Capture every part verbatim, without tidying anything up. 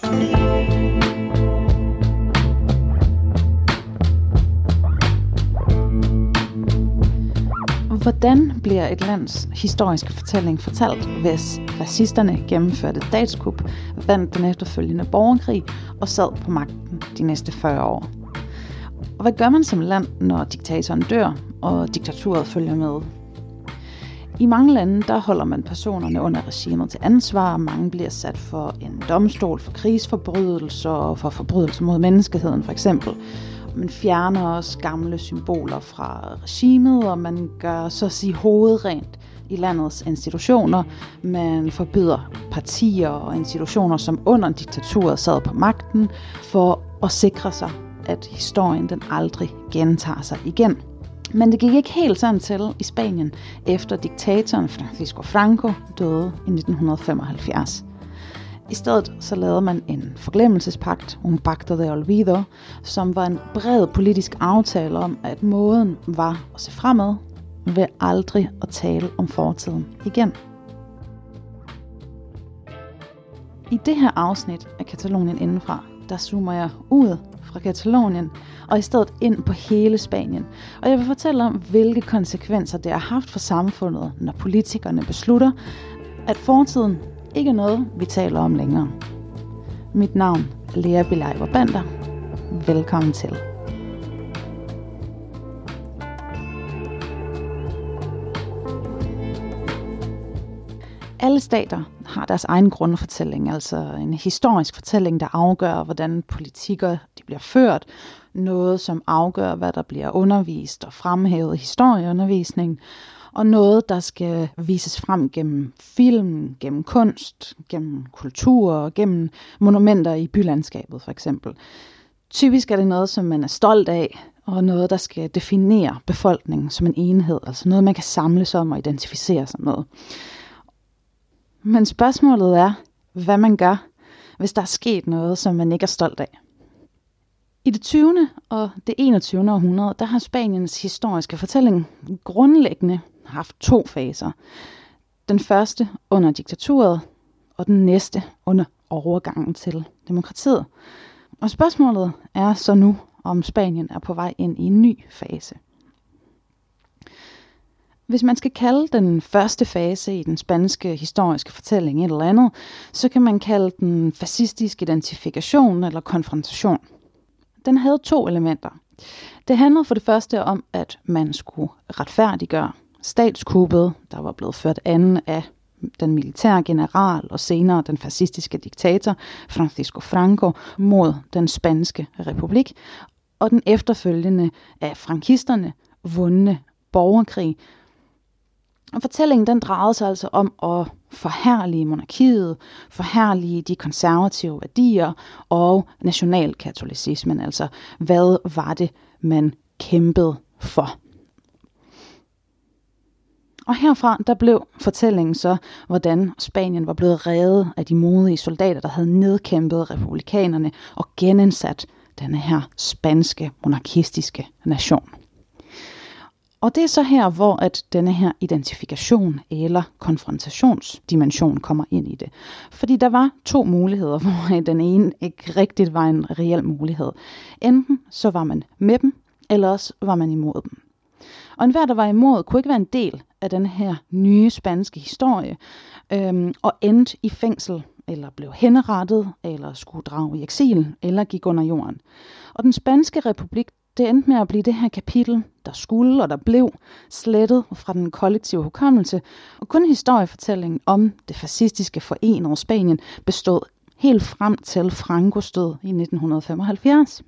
Hvordan bliver et lands historiske fortælling fortalt, hvis fascisterne gennemførte statskup, vandt den efterfølgende borgerkrig og sad på magten de næste fyrre år? Og hvad gør man som land, når diktatoren dør, og diktaturet følger med? I mange lande, der holder man personerne under regimet til ansvar, og mange bliver sat for en domstol for krigsforbrydelser og for forbrydelser mod menneskeheden for eksempel. Man fjerner også gamle symboler fra regimet, og man gør så at sige hovedrent i landets institutioner. Man forbyder partier og institutioner, som under diktaturet sad på magten, for at sikre sig, at historien den aldrig gentager sig igen. Men det gik ikke helt sådan til i Spanien, efter diktatoren Francisco Franco døde i nitten femoghalvfjerds. I stedet så lavede man en forglemmelsespagt, un pacto de olvido, som var en bred politisk aftale om, at måden var at se fremad, ved aldrig at tale om fortiden igen. I det her afsnit af Katalonien indenfra, der zoomer jeg ud fra Katalonien og i stedet ind på hele Spanien. Og jeg vil fortælle om, hvilke konsekvenser det har haft for samfundet, når politikerne beslutter, at fortiden ikke er noget, vi taler om længere. Mit navn er Lea Belejver Bander. Velkommen til. Alle stater har deres egen grundfortælling, altså en historisk fortælling, der afgør, hvordan politikker de bliver ført. Noget, som afgør, hvad der bliver undervist og fremhævet i historieundervisningen. Og noget, der skal vises frem gennem film, gennem kunst, gennem kultur og gennem monumenter i bylandskabet for eksempel. Typisk er det noget, som man er stolt af, og noget, der skal definere befolkningen som en enhed. Altså noget, man kan samles om og identificere sig med. Men spørgsmålet er, hvad man gør, hvis der er sket noget, som man ikke er stolt af. I det tyvende og det enogtyvende århundrede, der har Spaniens historiske fortælling grundlæggende haft to faser. Den første under diktaturet, og den næste under overgangen til demokratiet. Og spørgsmålet er så nu, om Spanien er på vej ind i en ny fase. Hvis man skal kalde den første fase i den spanske historiske fortælling et eller andet, så kan man kalde den fascistisk identifikation eller konfrontation. Den havde to elementer. Det handlede for det første om, at man skulle retfærdiggøre statskuppet, der var blevet ført an af den militære general og senere den fascistiske diktator Francisco Franco mod den spanske republik, og den efterfølgende af frankisterne vundne borgerkrig. Og fortællingen den drejede sig altså om at forherlige monarkiet, forherlige de konservative værdier og nationalkatolicismen, altså hvad var det, man kæmpede for. Og herfra der blev fortællingen så, hvordan Spanien var blevet reddet af de modige soldater, der havde nedkæmpet republikanerne og genindsat denne her spanske monarkistiske nation. Og det er så her, hvor at denne her identifikation eller konfrontationsdimension kommer ind i det. Fordi der var to muligheder, hvor den ene ikke rigtigt var en reel mulighed. Enten så var man med dem, eller også var man imod dem. Og enhver, der var imod, kunne ikke være en del af den her nye spanske historie, øhm, og endte i fængsel, eller blev henrettet, eller skulle drage i eksil, eller gik under jorden. Og den spanske republik, det endte med at blive det her kapitel, der skulle og der blev slettet fra den kollektive hukommelse, og kun historiefortællingen om det fascistiske forenede Spanien bestod helt frem til Francos død i nitten femoghalvfjerds.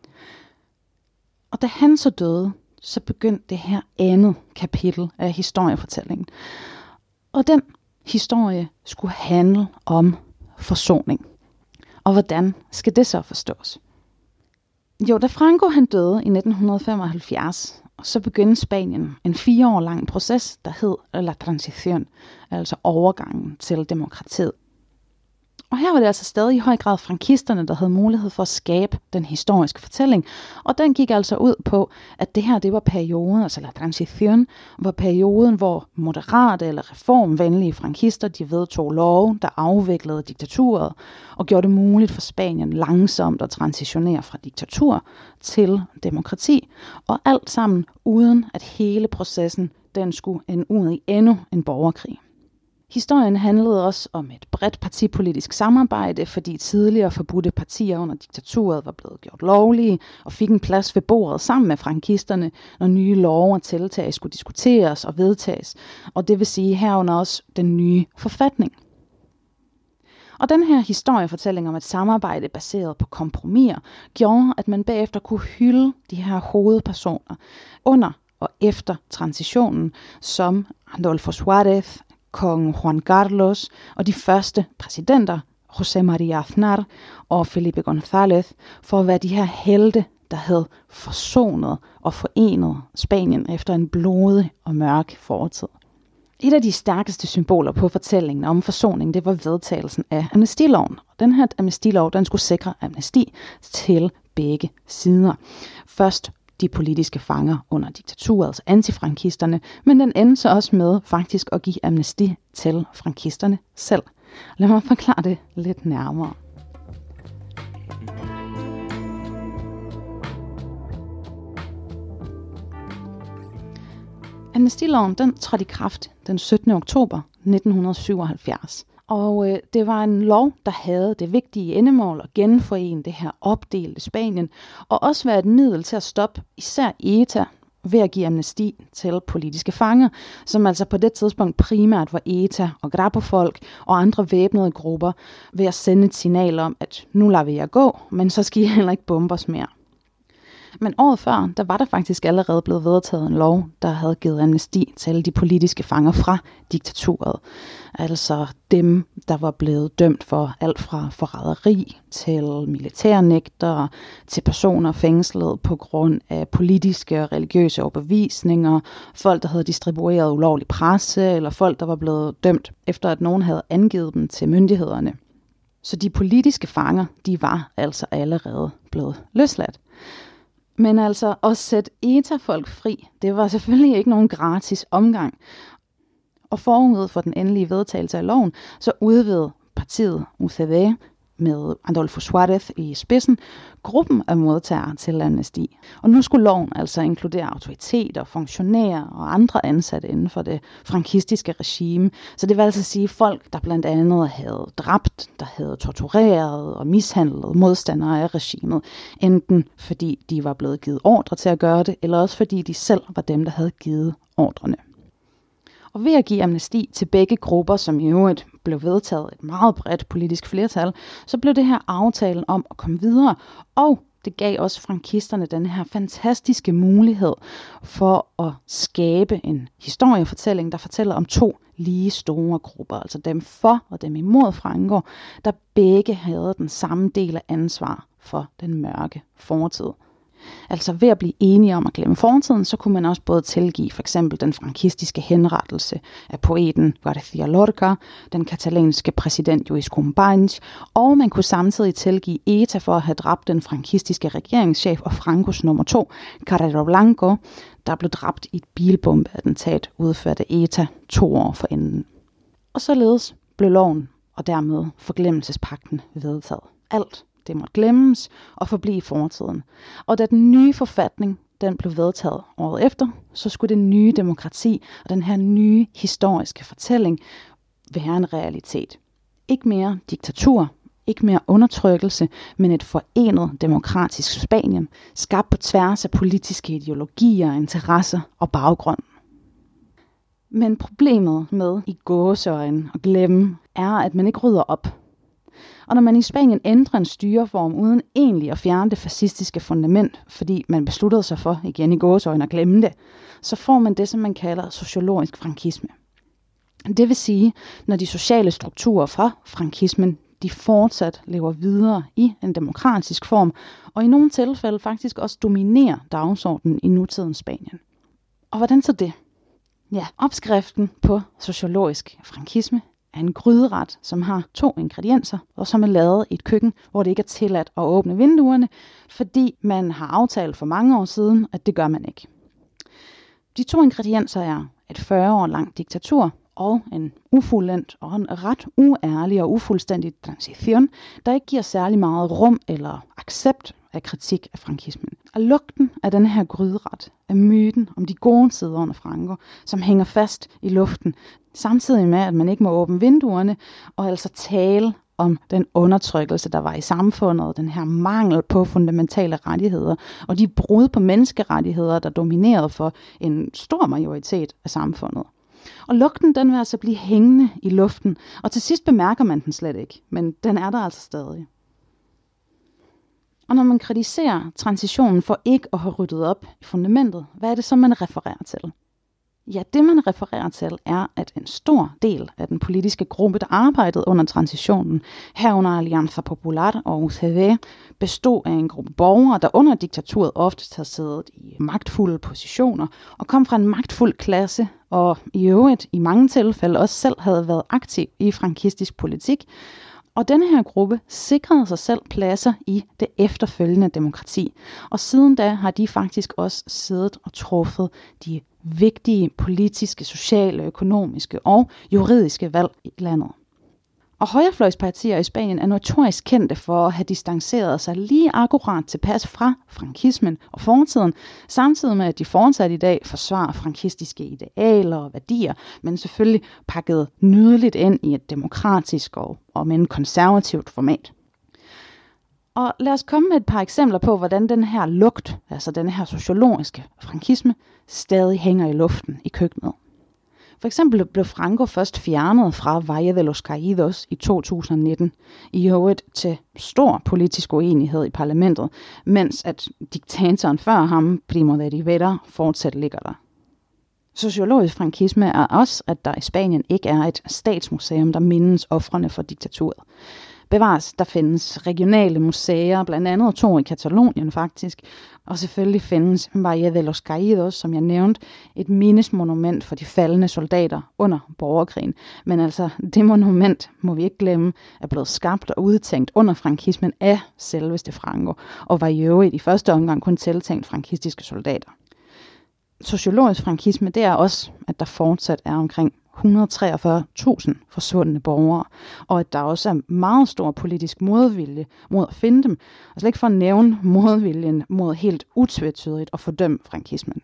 Og da han så døde, så begyndte det her andet kapitel af historiefortællingen. Og den historie skulle handle om forsoning. Og hvordan skal det så forstås? Jo, da Franco han døde i nitten femoghalvfjerds, så begyndte Spanien en fire år lang proces, der hed La Transición, altså overgangen til demokratiet. Og her var det altså stadig i høj grad frankisterne, der havde mulighed for at skabe den historiske fortælling. Og den gik altså ud på, at det her det var perioden, altså la transition, var perioden, hvor moderate eller reformvenlige frankister, de vedtog love, der afviklede diktaturet og gjorde det muligt for Spanien langsomt at transitionere fra diktatur til demokrati. Og alt sammen uden at hele processen, den skulle ende ud i endnu en borgerkrig. Historien handlede også om et bredt partipolitisk samarbejde, fordi tidligere forbudte partier under diktaturet var blevet gjort lovlige og fik en plads ved bordet sammen med frankisterne, når nye love og tiltag skulle diskuteres og vedtages, og det vil sige herunder også den nye forfatning. Og den her historiefortælling om et samarbejde baseret på kompromiser gjorde, at man bagefter kunne hylde de her hovedpersoner under og efter transitionen, som Adolfo Suárez, kong Juan Carlos og de første præsidenter, José María Aznar og Felipe González, for at være de her helte, der havde forsonet og forenet Spanien efter en blodig og mørk fortid. Et af de stærkeste symboler på fortællingen om forsoning, det var vedtagelsen af amnestiloven. Den her amnestilov, den skulle sikre amnesti til begge sider. Først de politiske fanger under diktaturet, altså antifrankisterne, men den endte så også med faktisk at give amnesti til frankisterne selv. Lad mig forklare det lidt nærmere. Amnestiloven, den trådte i kraft den syttende oktober nitten syvoghalvfjerds. Og øh, det var en lov, der havde det vigtige endemål at genforene det her opdelte Spanien, og også være et middel til at stoppe især E T A ved at give amnesti til politiske fanger, som altså på det tidspunkt primært var E T A og Grapo-folk og andre væbnede grupper, ved at sende et signal om, at nu lader vi jer gå, men så skal I heller ikke bombe os mere. Men året før, der var der faktisk allerede blevet vedtaget en lov, der havde givet amnesti til de politiske fanger fra diktaturet. Altså dem, der var blevet dømt for alt fra forræderi til militærnægtere, til personer fængslet på grund af politiske og religiøse overbevisninger, folk, der havde distribueret ulovlig presse, eller folk, der var blevet dømt efter, at nogen havde angivet dem til myndighederne. Så de politiske fanger, de var altså allerede blevet løsladt. Men altså at sætte E T A-folk fri, det var selvfølgelig ikke nogen gratis omgang. Og forud for den endelige vedtagelse af loven, så udvidede partiet U C D med Adolfo Suárez i spidsen gruppen af modtagere til amnesti. Og nu skulle loven altså inkludere autoriteter, funktionærer og andre ansatte inden for det frankistiske regime. Så det vil altså sige folk, der blandt andet havde dræbt, der havde tortureret og mishandlet modstandere af regimet. Enten fordi de var blevet givet ordre til at gøre det, eller også fordi de selv var dem, der havde givet ordrene. Og ved at give amnesti til begge grupper, som i øvrigt blev vedtaget et meget bredt politisk flertal, så blev det her aftalen om at komme videre, og det gav også frankisterne den her fantastiske mulighed for at skabe en historiefortælling, der fortæller om to lige store grupper, altså dem for og dem imod Franco, der begge havde den samme del af ansvar for den mørke fortid. Altså ved at blive enige om at glemme fortiden, så kunne man også både tilgive for eksempel den frankistiske henrettelse af poeten García Lorca, den katalanske præsident Lluís Companys, og man kunne samtidig tilgive E T A for at have dræbt den frankistiske regeringschef og Francos nummer to, Carrero Blanco, der blev dræbt i et bilbombeattentat udført af E T A to år forinden. Og således blev loven og dermed forglemmelsespagten vedtaget. Alt det måtte glemmes og forblive i fortiden. Og da den nye forfatning den blev vedtaget året efter, så skulle det nye demokrati og den her nye historiske fortælling være en realitet. Ikke mere diktatur, ikke mere undertrykkelse, men et forenet demokratisk Spanien, skabt på tværs af politiske ideologier, interesser og baggrund. Men problemet med i gåseøjne og glemme er, at man ikke rydder op. Og når man i Spanien ændrer en styreform uden egentlig at fjerne det fascistiske fundament, fordi man besluttede sig for, igen i gåseøjne, at glemme det, så får man det, som man kalder sociologisk frankisme. Det vil sige, når de sociale strukturer fra frankismen, de fortsat lever videre i en demokratisk form, og i nogle tilfælde faktisk også dominerer dagsordenen i nutidens Spanien. Og hvordan så det? Ja, opskriften på sociologisk frankisme er en gryderet, som har to ingredienser, og som er lavet i et køkken, hvor det ikke er tilladt at åbne vinduerne, fordi man har aftalt for mange år siden, at det gør man ikke. De to ingredienser er et fyrre år langt diktatur og en ufuldendt og en ret uærlig og ufuldstændig transition, der ikke giver særlig meget rum eller accept af kritik af frankismen. Og lugten af den her gryderet er myten om de gode sider under Franco, som hænger fast i luften, samtidig med, at man ikke må åbne vinduerne og altså tale om den undertrykkelse, der var i samfundet, den her mangel på fundamentale rettigheder, og de brud på menneskerettigheder, der dominerede for en stor majoritet af samfundet. Og lugten, den vil altså blive hængende i luften, og til sidst bemærker man den slet ikke, men den er der altså stadig. Og når man kritiserer transitionen for ikke at have ryddet op i fundamentet, hvad er det så, man refererer til? Ja, det man refererer til er, at en stor del af den politiske gruppe, der arbejdede under transitionen, herunder Alianza Popular og U C D, bestod af en gruppe borgere, der under diktaturet oftest havde siddet i magtfulde positioner og kom fra en magtfuld klasse og i øvrigt i mange tilfælde også selv havde været aktiv i frankistisk politik. Og denne her gruppe sikrede sig selv pladser i det efterfølgende demokrati. Og siden da har de faktisk også siddet og truffet de vigtige politiske, sociale, økonomiske og juridiske valg i landet. Og højrefløjspartier i Spanien er notorisk kendte for at have distanceret sig lige akkurat tilpas fra frankismen og fortiden, samtidig med at de fortsat i dag forsvarer frankistiske idealer og værdier, men selvfølgelig pakket nydeligt ind i et demokratisk og, og med en konservativt format. Og lad os komme med et par eksempler på, hvordan den her lugt, altså den her sociologiske frankisme, stadig hænger i luften i køkkenet. For eksempel blev Franco først fjernet fra Valle de los Caídos i to tusind nitten, i øvrigt til stor politisk uenighed i parlamentet, mens at diktatoren før ham, Primo de Rivera, fortsat ligger der. Sociologisk frankisme er også, at der i Spanien ikke er et statsmuseum, der mindes ofrene for diktaturet. Bevares, der findes regionale museer, blandt andet to i Katalonien faktisk, og selvfølgelig findes Valle de los Caídos, som jeg nævnte, et mindesmonument for de faldne soldater under borgerkrigen. Men altså, det monument, må vi ikke glemme, er blevet skabt og udtænkt under frankismen af selveste Franco, og var i øvrigt i første omgang kun tiltænkt frankistiske soldater. Sociologisk frankisme, det er også, at der fortsat er omkring et hundrede og treogfyrre tusind forsvundne borgere, og at der også er meget stor politisk modvilje mod at finde dem, og slet ikke for at nævne modviljen mod helt utvetydigt at fordømme frankismen.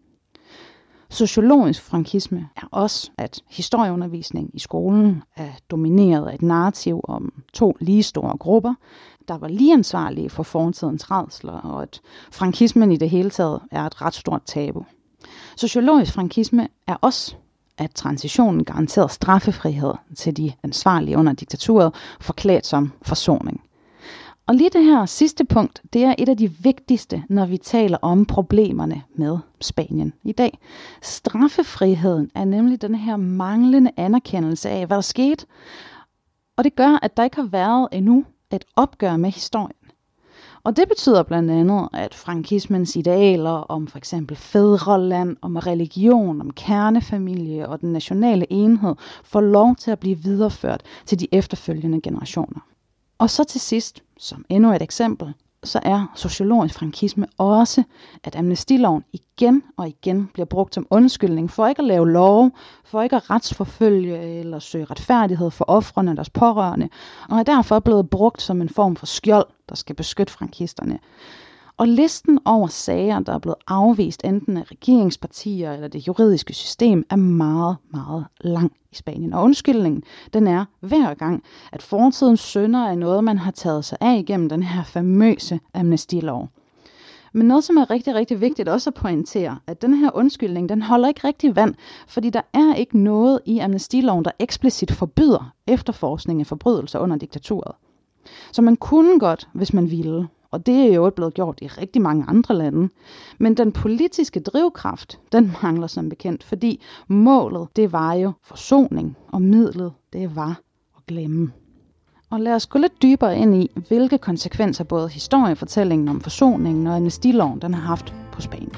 Sociologisk frankisme er også, at historieundervisning i skolen er domineret af et narrativ om to lige store grupper, der var lige ansvarlige for fortidens rædsler, og at frankismen i det hele taget er et ret stort tabu. Sociologisk frankisme er også, at transitionen garanterede straffefrihed til de ansvarlige under diktaturet, forklædt som forsoning. Og lige det her sidste punkt, det er et af de vigtigste, når vi taler om problemerne med Spanien i dag. Straffefriheden er nemlig den her manglende anerkendelse af, hvad der skete. Og det gør, at der ikke har været endnu et opgør med historien. Og det betyder blandt andet, at frankismens idealer om for eksempel fædreland, om religion, om kernefamilie og den nationale enhed får lov til at blive videreført til de efterfølgende generationer. Og så til sidst, som endnu et eksempel, så er sociologisk frankisme også, at amnestiloven igen og igen bliver brugt som undskyldning for ikke at lave love, for ikke at retsforfølge eller søge retfærdighed for ofrene og deres pårørende, og er derfor blevet brugt som en form for skjold, der skal beskytte frankisterne. Og listen over sager, der er blevet afvist enten af regeringspartier eller det juridiske system, er meget, meget lang i Spanien. Og undskyldningen, den er hver gang, at fortidens synder er noget, man har taget sig af igennem den her famøse amnestilov. Men noget, som er rigtig, rigtig vigtigt også at pointere, at den her undskyldning, den holder ikke rigtig vand, fordi der er ikke noget i amnestiloven, der eksplicit forbyder efterforskning af forbrydelser under diktaturet. Så man kunne godt, hvis man ville. Og det er jo blevet gjort i rigtig mange andre lande. Men den politiske drivkraft, den mangler som bekendt, fordi målet, det var jo forsoning, og midlet, det var at glemme. Og lad os gå lidt dybere ind i, hvilke konsekvenser både historiefortællingen om forsoningen og amnestiloven, den har haft på Spanien.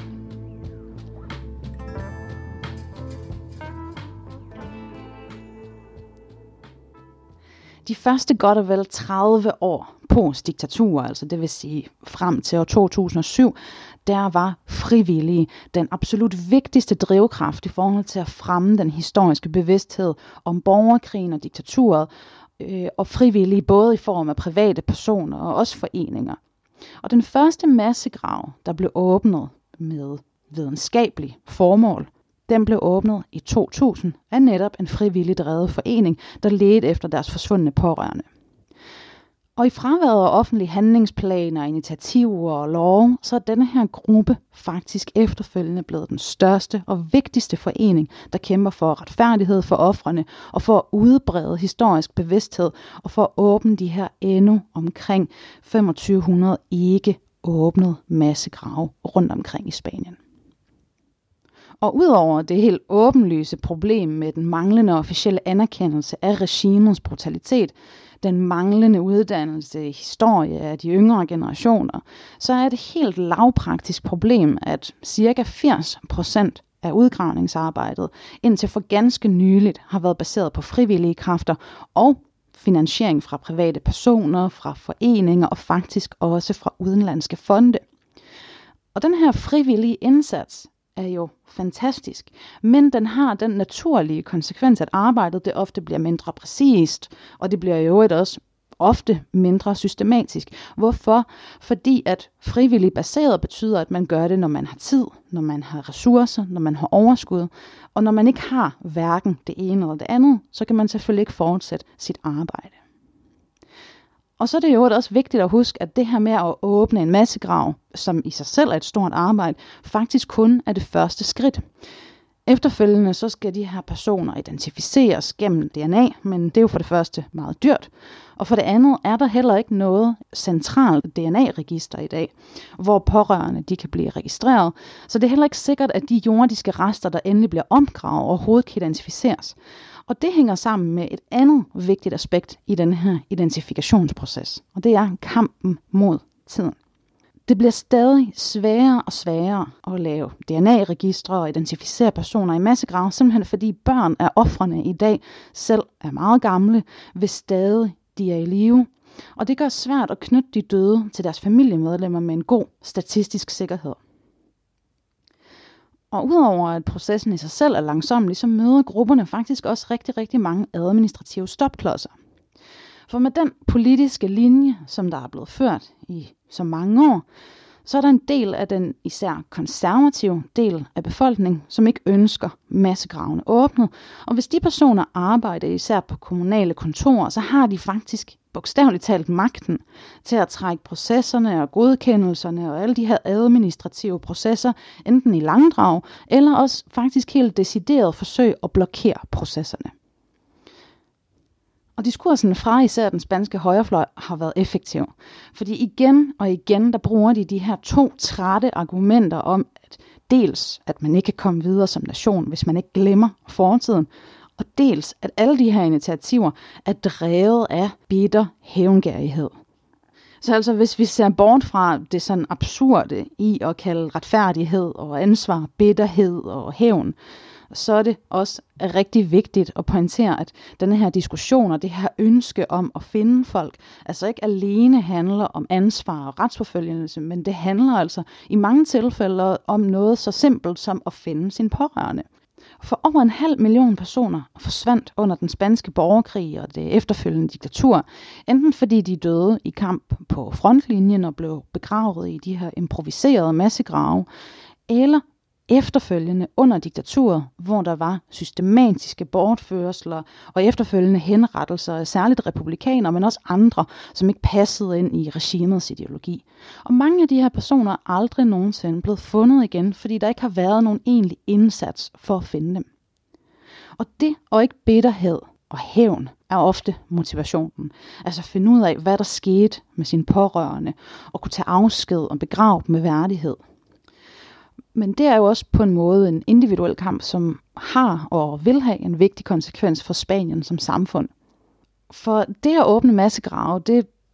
De første godt og vel tredive år post-diktatur, altså det vil sige frem til år to tusind og syv, der var frivillige den absolut vigtigste drivkraft i forhold til at fremme den historiske bevidsthed om borgerkrigen og diktaturet, øh, og frivillige både i form af private personer og også foreninger. Og den første massegrav, der blev åbnet med videnskabelig formål, den blev åbnet i to tusind af netop en frivilligt drevet forening, der ledte efter deres forsvundne pårørende. Og i fraværet af offentlige handlingsplaner, initiativer og love, så er denne her gruppe faktisk efterfølgende blevet den største og vigtigste forening, der kæmper for retfærdighed for ofrene og for at udbrede historisk bevidsthed og for at åbne de her endnu omkring femogtyve hundrede ikke åbnet massegrave rundt omkring i Spanien. Og udover det helt åbenlyse problem med den manglende officielle anerkendelse af regimets brutalitet, den manglende uddannelse i historie af de yngre generationer, så er det helt lavpraktisk problem, at ca. firs procent af udgravningsarbejdet indtil for ganske nyligt har været baseret på frivillige kræfter og finansiering fra private personer, fra foreninger og faktisk også fra udenlandske fonde. Og den her frivillige indsats er jo fantastisk, men den har den naturlige konsekvens, at arbejdet det ofte bliver mindre præcist, og det bliver jo også ofte mindre systematisk. Hvorfor? Fordi at frivillig baseret betyder, at man gør det, når man har tid, når man har ressourcer, når man har overskud, og når man ikke har hverken det ene eller det andet, så kan man selvfølgelig ikke fortsætte sit arbejde. Og så er det jo også vigtigt at huske, at det her med at åbne en massegrav, som i sig selv er et stort arbejde, faktisk kun er det første skridt. Efterfølgende så skal de her personer identificeres gennem D N A, men det er jo for det første meget dyrt. Og for det andet er der heller ikke noget centralt D N A-register i dag, hvor pårørende de kan blive registreret. Så det er heller ikke sikkert, at de jordiske rester, der endelig bliver omgravet, overhovedet kan identificeres. Og det hænger sammen med et andet vigtigt aspekt i den her identifikationsproces, og det er kampen mod tiden. Det bliver stadig sværere og sværere at lave D N A-registre og identificere personer i massegrave, simpelthen fordi børn af ofrene i dag selv er meget gamle, hvis stadig de er i live. Og det gør svært at knytte de døde til deres familiemedlemmer med en god statistisk sikkerhed. Og udover at processen i sig selv er langsommelig, så møder grupperne faktisk også rigtig, rigtig mange administrative stopklodser. For med den politiske linje, som der er blevet ført i så mange år, så er der en del af den især konservative del af befolkningen, som ikke ønsker massegravene åbnet. Og hvis de personer arbejder især på kommunale kontorer, så har de faktisk bogstaveligt talt magten til at trække processerne og godkendelserne og alle de her administrative processer enten i langdrag, eller også faktisk helt decideret forsøg at blokere processerne. Og diskursen fra især den spanske højrefløj har været effektiv. Fordi igen og igen, der bruger de de her to trætte argumenter om, at dels at man ikke kan komme videre som nation, hvis man ikke glemmer fortiden, og dels at alle de her initiativer er drevet af bitter hævngærighed. Så altså hvis vi ser bort fra det sådan absurde i at kalde retfærdighed og ansvar, bitterhed og hævn, så er det også rigtig vigtigt at pointere, at denne her diskussion og det her ønske om at finde folk, altså ikke alene handler om ansvar og retsforfølgelse, men det handler altså i mange tilfælde om noget så simpelt som at finde sin pårørende. For over en halv million personer forsvandt under den spanske borgerkrig og det efterfølgende diktatur, enten fordi de døde i kamp på frontlinjen og blev begravet i de her improviserede massegrave, eller efterfølgende under diktaturet, hvor der var systematiske bortførsler og efterfølgende henrettelser af særligt republikanere, men også andre, som ikke passede ind i regimets ideologi. Og mange af de her personer er aldrig nogensinde blevet fundet igen, fordi der ikke har været nogen egentlig indsats for at finde dem. Og det og ikke bitterhed og hævn er ofte motivationen. Altså at finde ud af, hvad der skete med sine pårørende, og kunne tage afsked og begrave dem med værdighed. Men det er jo også på en måde en individuel kamp, som har og vil have en vigtig konsekvens for Spanien som samfund. For det at åbne massegrave, det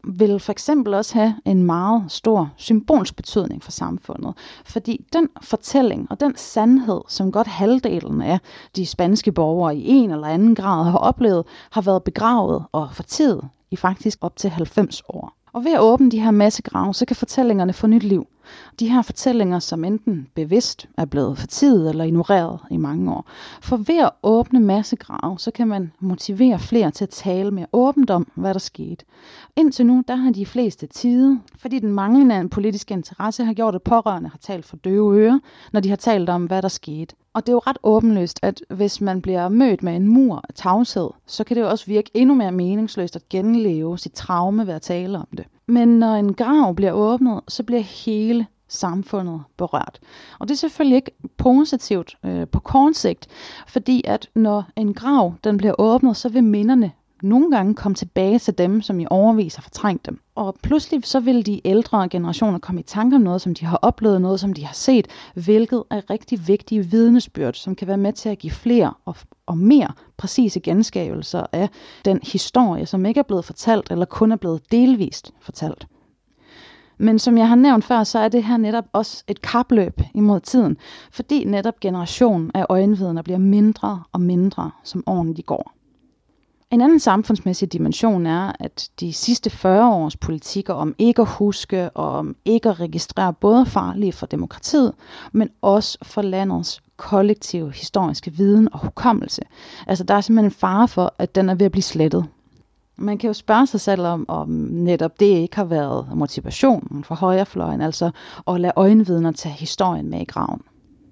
vil for eksempel også have en meget stor symbolsk betydning for samfundet, fordi den fortælling og den sandhed, som godt halvdelen af de spanske borgere i en eller anden grad har oplevet, har været begravet og fortiet i faktisk op til halvfems år. Og ved at åbne de her massegrave, så kan fortællingerne få nyt liv. De her fortællinger, som enten bevidst er blevet fortiet eller ignoreret i mange år. For ved at åbne massegrave, så kan man motivere flere til at tale mere åbent om, hvad der skete. Indtil nu, der har de fleste tidet, fordi den manglende politiske interesse har gjort, at pårørende har talt for døve ører, når de har talt om, hvad der skete. Og det er jo ret åbenlyst, at hvis man bliver mødt med en mur af tavshed, så kan det jo også virke endnu mere meningsløst at genleve sit traume ved at tale om det. Men når en grav bliver åbnet, så bliver hele samfundet berørt. Og det er selvfølgelig ikke positivt øh, på kort sigt, fordi at når en grav den bliver åbnet, så vil minderne nogle gange komme tilbage til dem, som i årevis har fortrængt dem. Og pludselig så vil de ældre generationer komme i tanke om noget, som de har oplevet, noget, som de har set, hvilket er rigtig vigtige vidnesbyrd, som kan være med til at give flere og, og mere præcise genskabelser af den historie, som ikke er blevet fortalt, eller kun er blevet delvist fortalt. Men som jeg har nævnt før, så er det her netop også et kapløb imod tiden, fordi netop generationen af øjenvidner bliver mindre og mindre, som årene de går. En anden samfundsmæssig dimension er, at de sidste fyrre års politikker om ikke at huske og om ikke at registrere både farlige for demokratiet, men også for landets kollektive historiske viden og hukommelse. Altså der er simpelthen en fare for, at den er ved at blive slettet. Man kan jo spørge sig selv om, om netop det ikke har været motivationen for højrefløjen, altså at lade øjenvidner tage historien med i graven.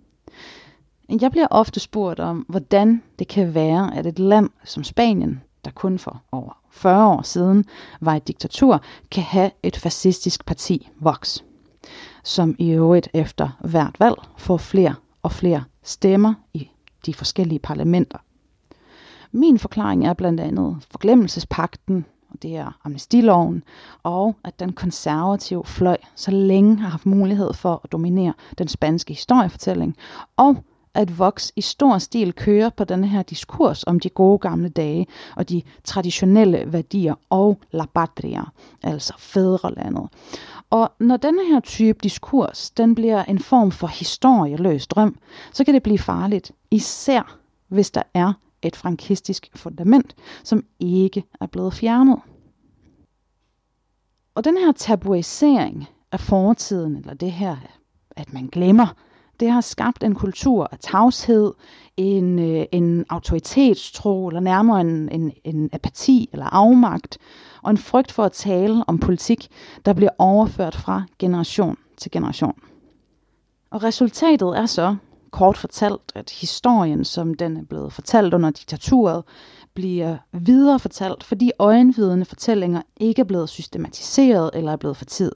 Jeg bliver ofte spurgt om, hvordan det kan være, at et land som Spanien, der kun for over fyrre år siden var et diktatur, kan have et fascistisk parti, Vox, som i øvrigt efter hvert valg får flere og flere stemmer i de forskellige parlamenter. Min forklaring er blandt andet forglemmelsespagten, og det er amnestiloven, og at den konservative fløj så længe har haft mulighed for at dominere den spanske historiefortælling, og at Vox i stor stil kører på denne her diskurs om de gode gamle dage og de traditionelle værdier og la patria, altså fædrelandet. Og når denne her type diskurs, den bliver en form for historieløs drøm, så kan det blive farligt, især hvis der er et frankistisk fundament, som ikke er blevet fjernet. Og den her tabuisering af fortiden, eller det her, at man glemmer, det har skabt en kultur af tavshed, en, en autoritetstro, eller nærmere en, en, en apati eller afmagt, og en frygt for at tale om politik, der bliver overført fra generation til generation. Og resultatet er så, kort fortalt, at historien, som den er blevet fortalt under diktaturet, bliver viderefortalt, fordi øjenvidende fortællinger ikke er blevet systematiseret eller er blevet fortiet.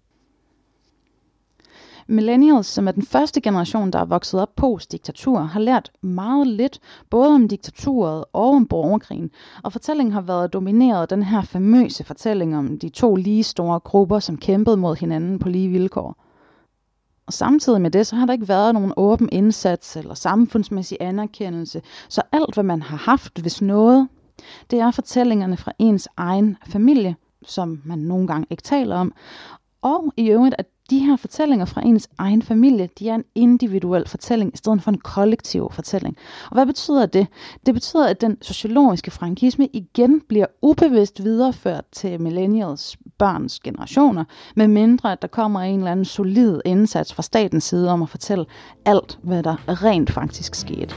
Millennials, som er den første generation, der er vokset op post-diktatur, har lært meget lidt, både om diktaturet og om borgerkrigen, og fortællingen har været domineret af den her famøse fortælling om de to lige store grupper, som kæmpede mod hinanden på lige vilkår. Og samtidig med det, så har der ikke været nogen åben indsats eller samfundsmæssig anerkendelse, så alt, hvad man har haft, hvis noget, det er fortællingerne fra ens egen familie, som man nogle gange ikke taler om, og i øvrigt, at de her fortællinger fra ens egen familie, de er en individuel fortælling, i stedet for en kollektiv fortælling. Og hvad betyder det? Det betyder, at den sociologiske frankisme igen bliver ubevidst videreført til millennials børns generationer, med mindre at der kommer en eller anden solid indsats fra statens side om at fortælle alt, hvad der rent faktisk skete.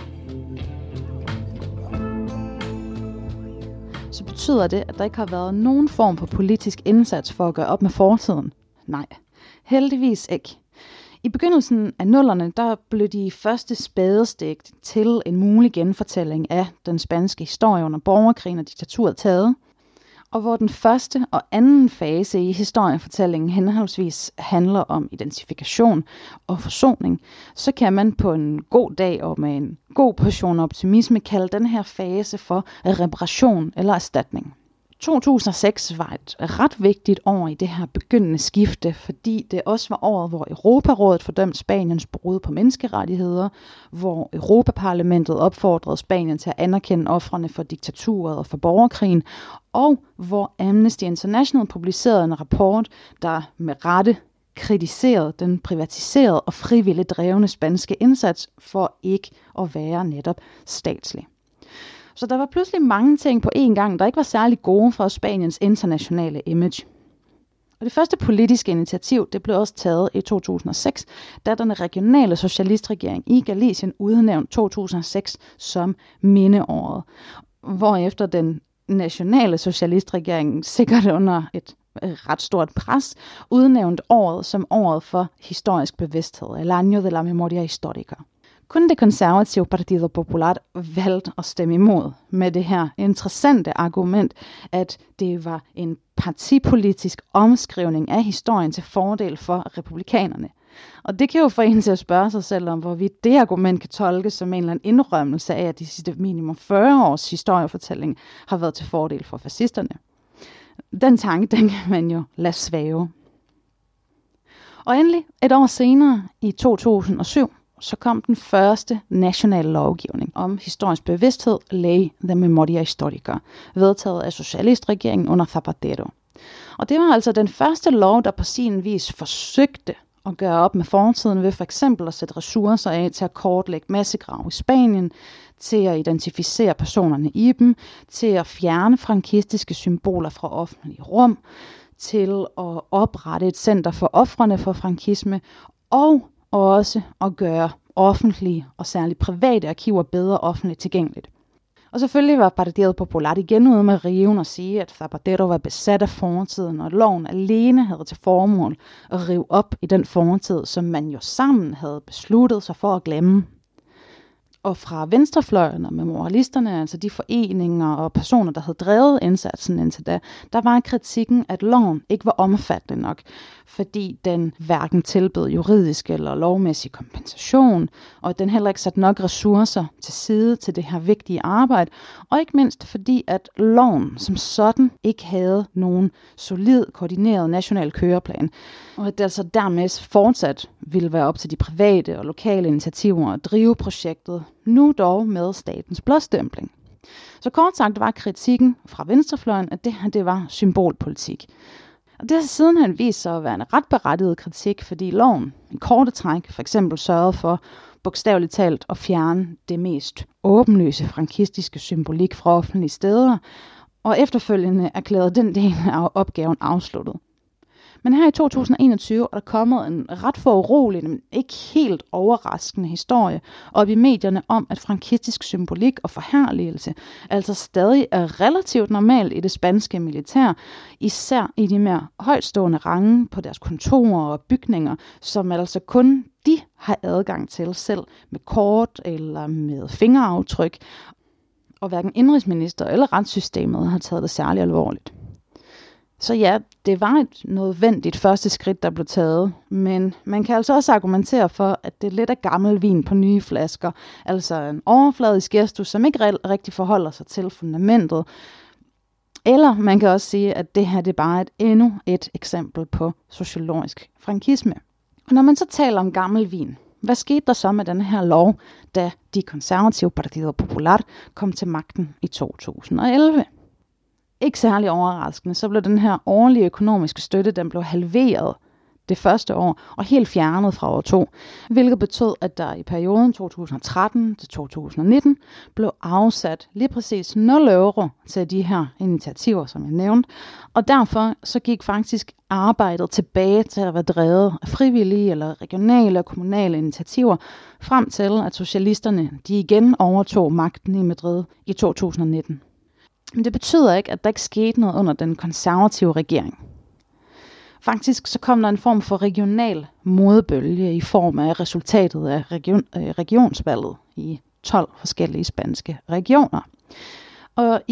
Så betyder det, at der ikke har været nogen form for politisk indsats for at gøre op med fortiden? Nej. Heldigvis ikke. I begyndelsen af nullerne, der blev de første spadestik til en mulig genfortælling af den spanske historie under borgerkrigen og diktaturet taget, og hvor den første og anden fase i historiefortællingen henholdsvis handler om identifikation og forsoning, så kan man på en god dag og med en god portion optimisme kalde den her fase for reparation eller erstatning. to tusind og seks var et ret vigtigt år i det her begyndende skifte, fordi det også var året, hvor Europarådet fordømte Spaniens brud på menneskerettigheder, hvor Europaparlamentet opfordrede Spanien til at anerkende ofrene for diktaturet og for borgerkrigen, og hvor Amnesty International publicerede en rapport, der med rette kritiserede den privatiserede og frivilligt drevne spanske indsats for ikke at være netop statslig. Så der var pludselig mange ting på én gang, der ikke var særlig gode for Spaniens internationale image. Og det første politiske initiativ, det blev også taget i to tusind og seks, da den regionale socialistregering i Galicien udnævnte to tusind og seks som mindeåret, hvorefter den nationale socialistregering, sikkert under et ret stort pres, udnævnte året som året for historisk bevidsthed, el año de la memoria histórica. Kun det konservative Partido Popular valgte at stemme imod med det her interessante argument, at det var en partipolitisk omskrivning af historien til fordel for republikanerne. Og det kan jo få en til at spørge sig selv om, hvorvidt det argument kan tolkes som en eller anden indrømmelse af, at de sidste minimum fyrre års historiefortælling har været til fordel for fascisterne. Den tanke, den kan man jo lade svæve. Og endelig, et år senere, i to tusind og syv, så kom den første nationale lovgivning om historisk bevidsthed, Ley de Memoria Histórica, vedtaget af socialistregeringen under Zapatero. Og det var altså den første lov, der på sin vis forsøgte at gøre op med fortiden ved for eksempel at sætte ressourcer af til at kortlægge massegrave i Spanien, til at identificere personerne i dem, til at fjerne frankistiske symboler fra offentlige rum, til at oprette et center for ofrene for frankisme, og også at gøre offentlige og særligt private arkiver bedre offentligt tilgængeligt. Og selvfølgelig var Partido Popular igen ude med riven og sige, at Zapatero var besat af fortiden, og at loven alene havde til formål at rive op i den fortid, som man jo sammen havde besluttet sig for at glemme. Og fra venstrefløjen og memorialisterne, altså de foreninger og personer, der havde drevet indsatsen indtil da, der var kritikken, at loven ikke var omfattende nok, fordi den hverken tilbød juridisk eller lovmæssig kompensation, og at den heller ikke satte nok ressourcer til side til det her vigtige arbejde, og ikke mindst fordi, at loven som sådan ikke havde nogen solid, koordineret national køreplan, og at det altså dermed fortsat ville være op til de private og lokale initiativer at drive projektet, nu dog med statens blåstempling. Så kort sagt var kritikken fra venstrefløjen, at det her det var symbolpolitik. Og det har sidenhen vist sig at være en ret berettiget kritik, fordi loven i korte træk for eksempel sørgede for bogstaveligt talt at fjerne det mest åbenlyse frankistiske symbolik fra offentlige steder, og efterfølgende erklærede den del af opgaven afsluttet. Men her i to tusind og enogtyve er der kommet en ret foruroligende, men ikke helt overraskende historie op i medierne om, at frankistisk symbolik og forherligelse altså stadig er relativt normalt i det spanske militær, især i de mere højtstående range på deres kontorer og bygninger, som altså kun de har adgang til selv med kort eller med fingeraftryk, og hverken indrigsminister eller retssystemet har taget det særlig alvorligt. Så ja, det var et nødvendigt første skridt, der blev taget, men man kan altså også argumentere for, at det er lidt af gammel vin på nye flasker, altså en overfladisk gestus, som ikke rigtig forholder sig til fundamentet. Eller man kan også sige, at det her det er bare et endnu et eksempel på sociologisk frankisme. Og når man så taler om gammel vin, hvad skete der så med denne her lov, da de konservative Partido Popular kom til magten i to tusind og elleve? Ikke særlig overraskende, så blev den her årlige økonomiske støtte, den blev halveret det første år og helt fjernet fra år to, hvilket betød, at der i perioden to tusind og tretten til to tusind og nitten blev afsat lige præcis nul euro til de her initiativer, som jeg nævnte, og derfor så gik faktisk arbejdet tilbage til at være drevet af frivillige eller regionale og kommunale initiativer, frem til at socialisterne de igen overtog magten i Madrid i to tusind og nitten. Men det betyder ikke, at der ikke skete noget under den konservative regering. Faktisk så kom der en form for regional modebølge i form af resultatet af region, øh, regionsvalget i tolv forskellige spanske regioner. Og i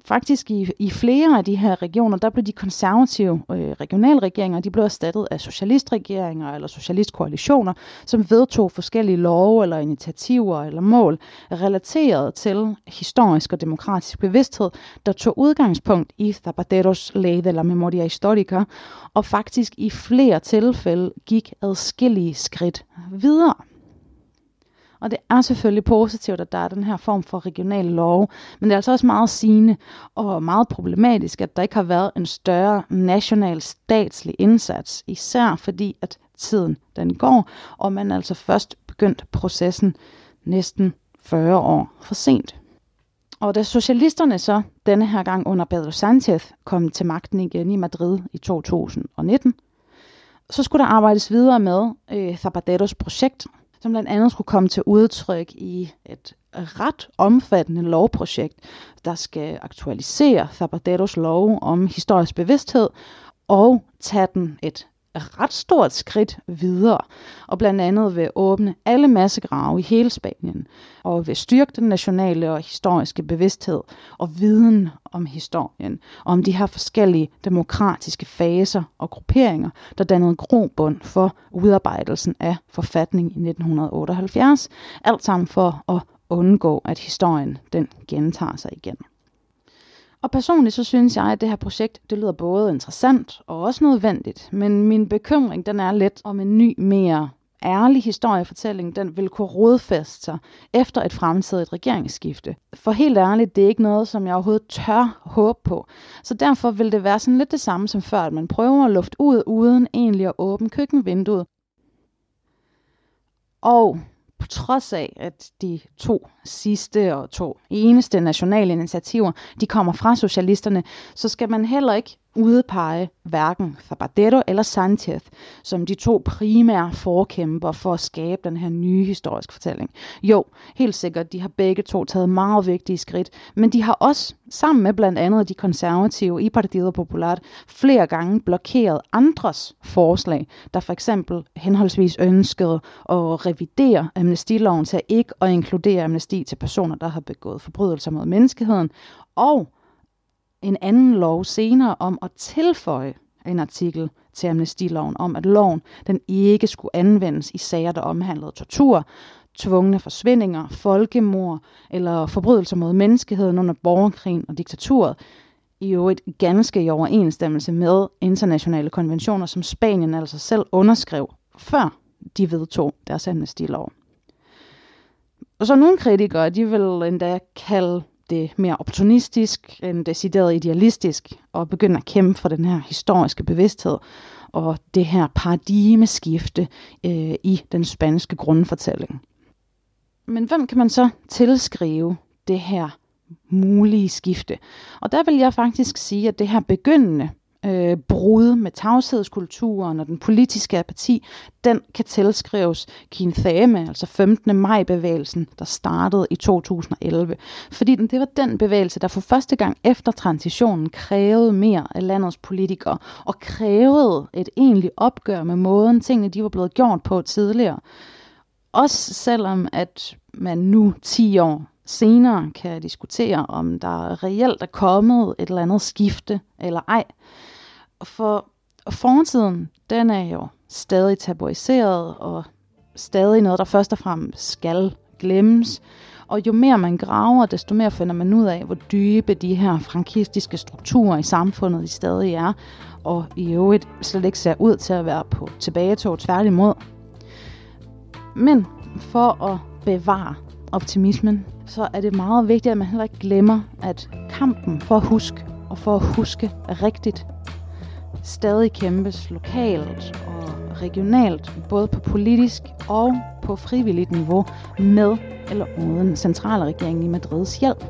Faktisk i, i flere af de her regioner, der blev de konservative øh, regionalregeringer, de blev erstattet af socialistregeringer eller socialistkoalitioner, som vedtog forskellige love eller initiativer eller mål relateret til historisk og demokratisk bevidsthed, der tog udgangspunkt i Zapateros Ley de la Memoria Histórica, og faktisk i flere tilfælde gik adskillige skridt videre. Og det er selvfølgelig positivt, at der er den her form for regionale love, men det er altså også meget sigende og meget problematisk, at der ikke har været en større national statslig indsats, især fordi at tiden den går, og man altså først begyndt processen næsten fyrre år for sent. Og da socialisterne så denne her gang under Pedro Sánchez kom til magten igen i Madrid i to tusind og nitten, så skulle der arbejdes videre med øh, Zapateros projekt, som blandt andet skulle komme til udtryk i et ret omfattende lovprojekt, der skal aktualisere Zapateros lov om historisk bevidsthed og tage den et ret stort skridt videre, og blandt andet vil åbne alle massegrave i hele Spanien, og vil styrke den nationale og historiske bevidsthed og viden om historien, og om de her forskellige demokratiske faser og grupperinger, der dannede grobund for udarbejdelsen af forfatning i nitten otteoghalvfjerds, alt sammen for at undgå, at historien den gentager sig igen. Og personligt så synes jeg, at det her projekt, det lyder både interessant og også nødvendigt, men min bekymring, den er lidt om en ny, mere ærlig historiefortælling, den vil kunne rodfæste sig efter et fremtidigt regeringsskifte. For helt ærligt, det er ikke noget, som jeg overhovedet tør håbe på. Så derfor vil det være sådan lidt det samme som før, at man prøver at lufte ud, uden egentlig at åbne køkkenvinduet. Og på trods af, at de to sidste og to eneste nationale initiativer, de kommer fra socialisterne, så skal man heller ikke udpege hverken Zapatero eller Sánchez som de to primære forkæmper for at skabe den her nye historiske fortælling. Jo, helt sikkert, de har begge to taget meget vigtige skridt, men de har også, sammen med blandt andet de konservative i Partido Popular, flere gange blokeret andres forslag, der for eksempel henholdsvis ønskede at revidere amnestiloven til ikke at inkludere amnesti til personer, der har begået forbrydelser mod menneskeheden, og en anden lov senere om at tilføje en artikel til amnestiloven om, at loven den ikke skulle anvendes i sager, der omhandlede tortur, tvungne forsvindinger, folkemord eller forbrydelser mod menneskeheden under borgerkrigen og diktaturet, i øvrigt ganske i overensstemmelse med internationale konventioner, som Spanien altså selv underskrev, før de vedtog deres amnestilov. Og så nogle kritikere, de vil endda kalde det mere opportunistisk end decideret idealistisk, og begynde at kæmpe for den her historiske bevidsthed og det her paradigmeskifte øh, i den spanske grundfortælling. Men hvem kan man så tilskrive det her mulige skifte? Og der vil jeg faktisk sige, at det her begyndende øh, brud med tavshedskulturen og den politiske apati, den kan tilskrives Quince, altså femtende maj-bevægelsen, der startede i to tusind og elleve. Fordi det var den bevægelse, der for første gang efter transitionen krævede mere af landets politikere, og krævede et egentligt opgør med måden, tingene de var blevet gjort på tidligere. Også selvom at man nu ti år senere kan diskutere, om der reelt er kommet et eller andet skifte eller ej. For fortiden, den er jo stadig tabuiseret og stadig noget, der først og fremmest skal glemmes. Og jo mere man graver, desto mere finder man ud af, hvor dybe de her frankistiske strukturer i samfundet de stadig er, og i øvrigt slet ikke ser ud til at være på tilbagetog, tværtimod. Men for at bevare optimismen, så er det meget vigtigt, at man heller ikke glemmer, at kampen for at huske og for at huske rigtigt stadig kæmpes lokalt og regionalt, både på politisk og på frivilligt niveau, med eller uden centralregeringen i Madrids hjælp.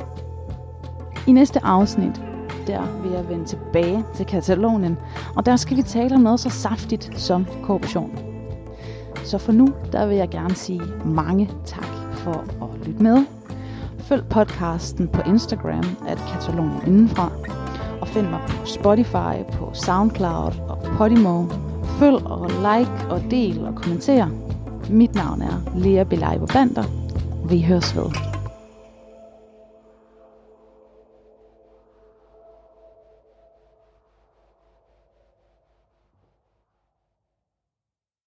I næste afsnit, der vil jeg vende tilbage til Catalonien, og der skal vi tale om noget så saftigt som korruption. Så for nu, der vil jeg gerne sige mange tak for at lytte med. Følg podcasten på Instagram, at Catalonien indenfra, og find mig på Spotify, på SoundCloud og Podimo. Følg og like og del og kommenter. Mit navn er Lea Belaibo Bander. Vi høres ved.